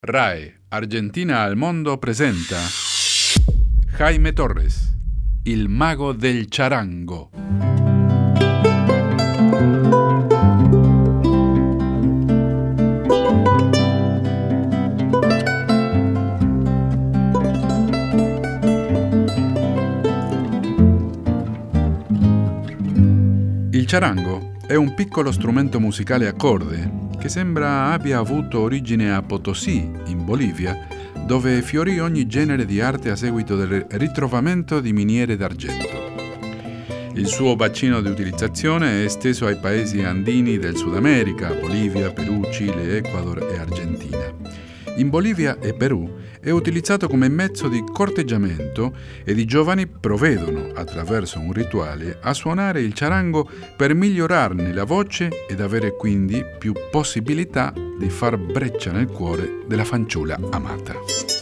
RAE Argentina al mondo presenta Jaime Torres, il mago del charango. Il charango è un piccolo strumento musicale a corde che sembra abbia avuto origine a Potosí, in Bolivia, dove fiorì ogni genere di arte a seguito del ritrovamento di miniere d'argento. Il suo bacino di utilizzazione è esteso ai paesi andini del Sud America, Bolivia, Perù, Cile, Ecuador e Argentina. In Bolivia e Perù è utilizzato come mezzo di corteggiamento ed i giovani provvedono, attraverso un rituale, a suonare il charango per migliorarne la voce ed avere quindi più possibilità di far breccia nel cuore della fanciulla amata.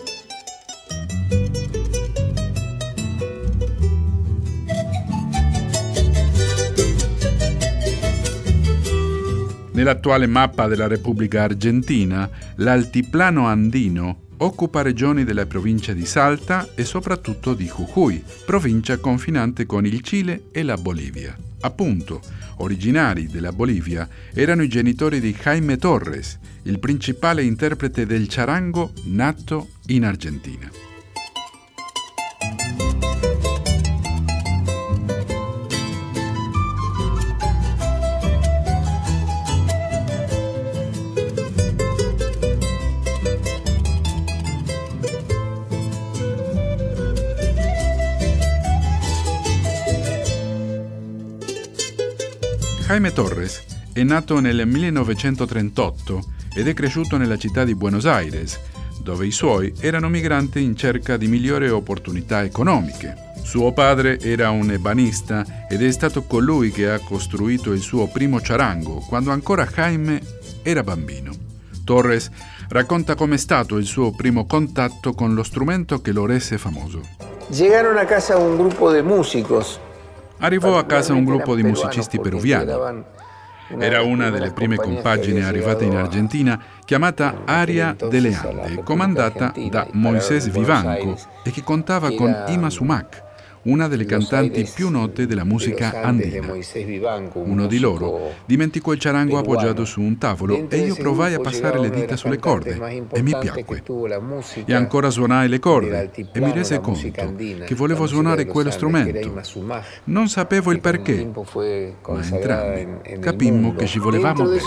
Nell'attuale mappa della Repubblica Argentina, l'altiplano andino occupa regioni della provincia di Salta e soprattutto di Jujuy, provincia confinante con il Cile e la Bolivia. Appunto, originari della Bolivia erano i genitori di Jaime Torres, il principale interprete del charango nato in Argentina. Jaime Torres è nato nel 1938 ed è cresciuto nella città di Buenos Aires, dove i suoi erano migranti in cerca di migliori opportunità economiche. Suo padre era un ebanista ed è stato colui che ha costruito il suo primo charango quando ancora Jaime era bambino. Torres racconta com'è stato il suo primo contatto con lo strumento che lo rese famoso. Llegaron a casa un gruppo di músicos. Arrivò a casa un gruppo di musicisti peruviani. Era una delle prime compagini arrivate in Argentina chiamata Aria delle Ande, comandata da Moisés Vivanco e che contava con Ima Sumac, una delle cantanti più note della musica andina. Uno di loro dimenticò il charango appoggiato su un tavolo e io provai a passare le dita sulle corde e mi piacque. E ancora suonai le corde e mi rese conto che volevo suonare quello strumento. Non sapevo il perché, ma entrambi capimmo che ci volevamo bene.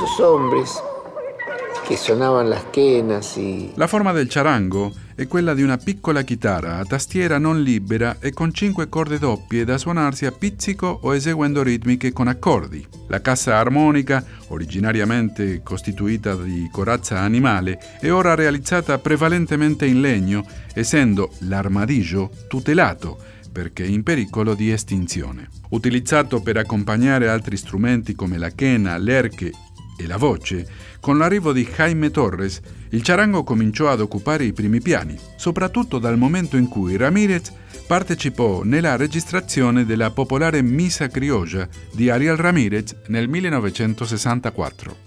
Che suonavano las quenas y... La forma del charango è quella di una piccola chitarra a tastiera non libera e con 5 corde doppie da suonarsi a pizzico o eseguendo ritmiche con accordi. La cassa armonica, originariamente costituita di corazza animale, è ora realizzata prevalentemente in legno, essendo l'armadillo tutelato perché in pericolo di estinzione. Utilizzato per accompagnare altri strumenti come la quena, l'erche e la voce, con l'arrivo di Jaime Torres, il charango cominciò ad occupare i primi piani, soprattutto dal momento in cui Ramírez partecipò nella registrazione della popolare Misa Criolla di Ariel Ramírez nel 1964.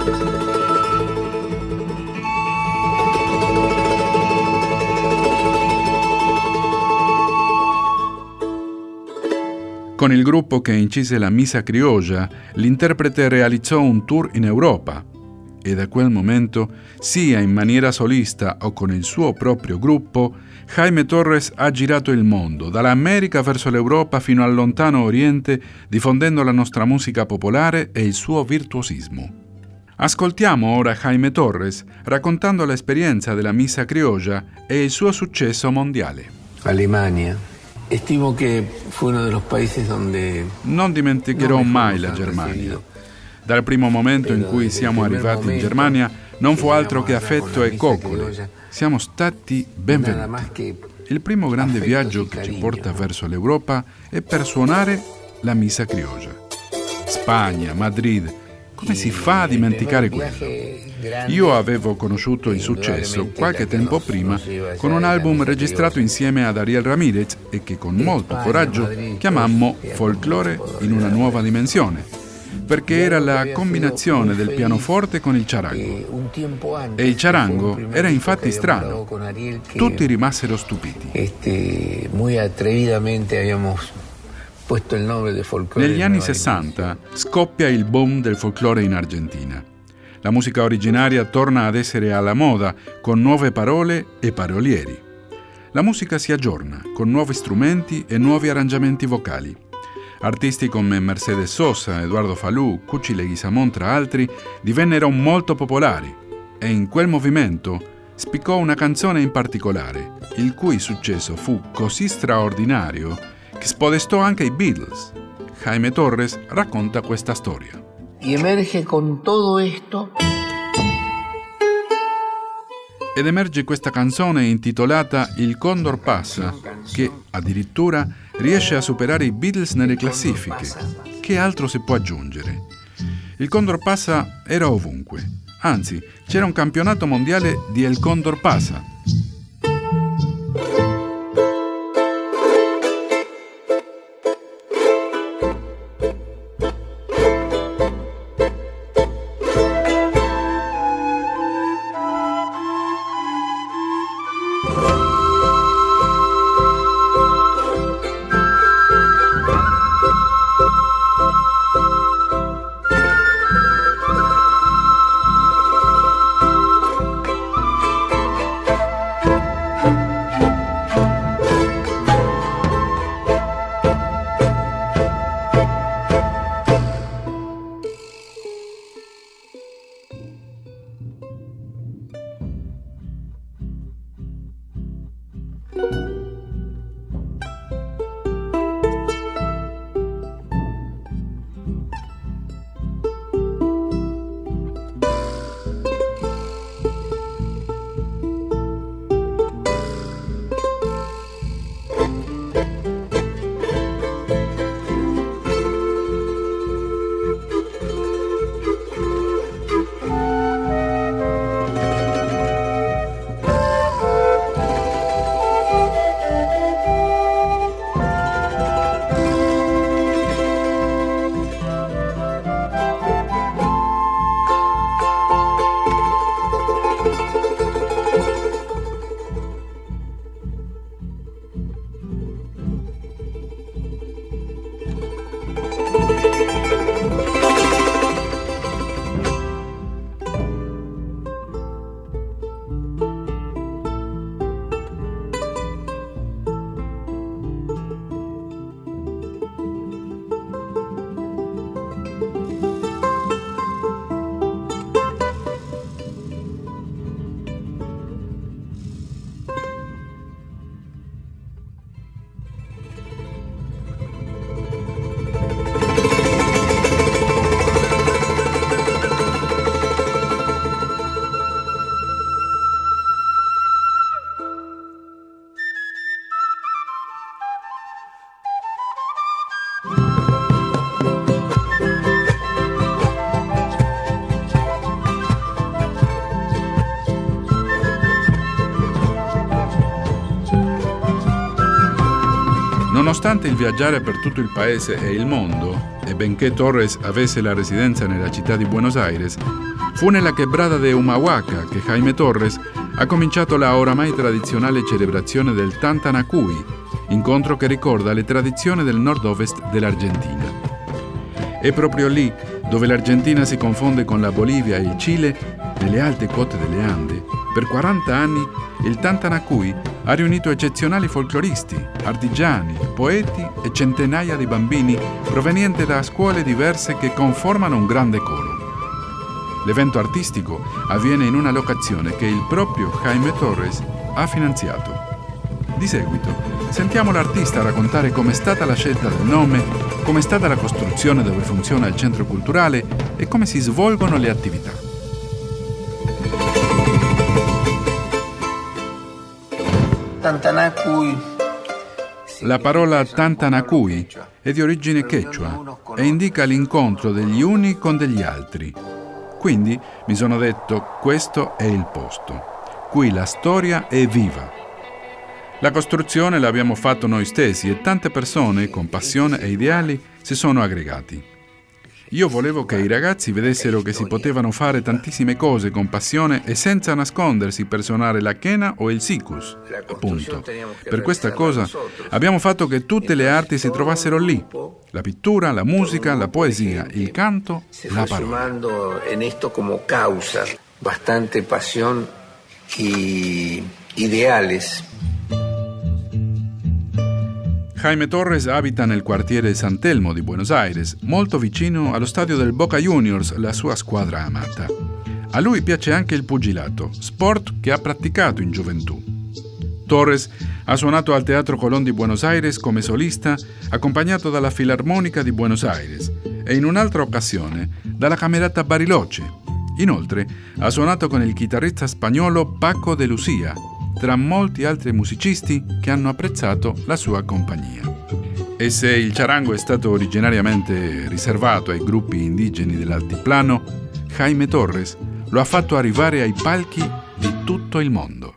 Con il gruppo che incise la Missa Criolla, l'interprete realizzò un tour in Europa e da quel momento, sia in maniera solista o con il suo proprio gruppo, Jaime Torres ha girato il mondo, dall'America verso l'Europa fino al lontano Oriente, diffondendo la nostra musica popolare e il suo virtuosismo. Ascoltiamo ora Jaime Torres raccontando l'esperienza della Missa Criolla e il suo successo mondiale. Alemania. Estimo che fu uno de los países donde non dimenticherò mai la Germania. Dal primo momento in cui siamo arrivati in Germania non fu altro che affetto e coccole. Siamo stati benvenuti. Il primo grande viaggio che ci porta verso l'Europa è per suonare la Missa Criolla. Spagna, Madrid, come si fa a dimenticare quello? Io avevo conosciuto il successo qualche tempo prima con un album registrato insieme ad Ariel Ramirez e che con molto coraggio chiamammo Folklore in una nuova dimensione, perché era la combinazione del pianoforte con il charango. E il charango era infatti strano. Tutti rimasero stupiti. Muy atrevidamente abbiamo puesto il nome del folklore. Negli anni 60 scoppia il boom del folklore in Argentina. La musica originaria torna ad essere alla moda con nuove parole e parolieri. La musica si aggiorna con nuovi strumenti e nuovi arrangiamenti vocali. Artisti come Mercedes Sosa, Eduardo Falú, Cuchi Leguizamón tra altri divennero molto popolari e in quel movimento spiccò una canzone in particolare, il cui successo fu così straordinario che spodestò anche i Beatles. Jaime Torres racconta questa storia. Y emerge con todo esto. Ed emerge questa canzone intitolata Il Condor Passa, che addirittura riesce a superare i Beatles nelle classifiche. Che altro si può aggiungere? Il Condor Passa era ovunque. Anzi, c'era un campionato mondiale di El Condor Passa. Nonostante il viaggiare per tutto il paese e il mondo, e benché Torres avesse la residenza nella città di Buenos Aires, fu nella quebrada de Humahuaca che Jaime Torres ha cominciato la oramai tradizionale celebrazione del Tantanacuy, incontro che ricorda le tradizioni del nord-ovest dell'Argentina. È proprio lì dove l'Argentina si confonde con la Bolivia e il Cile, nelle alte quote delle Ande. Per 40 anni il Tantanacuy ha riunito eccezionali folcloristi, artigiani, poeti e centinaia di bambini provenienti da scuole diverse che conformano un grande coro. L'evento artistico avviene in una locazione che il proprio Jaime Torres ha finanziato. Di seguito sentiamo l'artista raccontare com'è stata la scelta del nome, com'è stata la costruzione dove funziona il centro culturale e come si svolgono le attività. La parola Tantanacuy è di origine quechua e indica l'incontro degli uni con degli altri. Quindi mi sono detto, questo è il posto. Qui la storia è viva. La costruzione l'abbiamo fatto noi stessi e tante persone con passione e ideali si sono aggregati. Io volevo che i ragazzi vedessero che si potevano fare tantissime cose con passione e senza nascondersi per suonare la quena o il sikus, appunto. Per questa cosa abbiamo fatto che tutte le arti si trovassero lì. La pittura, la musica, la poesia, il canto, la parola. En esto como causa bastante pasión y ideales. Jaime Torres abita nel quartiere San Telmo di Buenos Aires, molto vicino allo stadio del Boca Juniors, la sua squadra amata. A lui piace anche il pugilato, sport che ha praticato in gioventù. Torres ha suonato al Teatro Colón di Buenos Aires come solista, accompagnato dalla Filarmonica di Buenos Aires e in un'altra occasione dalla Camerata Bariloche. Inoltre ha suonato con il chitarrista spagnolo Paco de Lucía, tra molti altri musicisti che hanno apprezzato la sua compagnia. E se il charango è stato originariamente riservato ai gruppi indigeni dell'altiplano, Jaime Torres lo ha fatto arrivare ai palchi di tutto il mondo.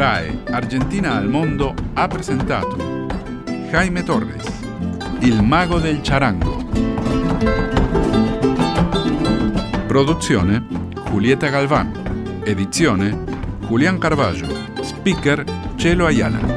RAE Argentina al mondo ha presentato Jaime Torres, Il mago del charango. Produzione Julieta Galván. Edizione Julián Carballo. Speaker Chelo Ayala.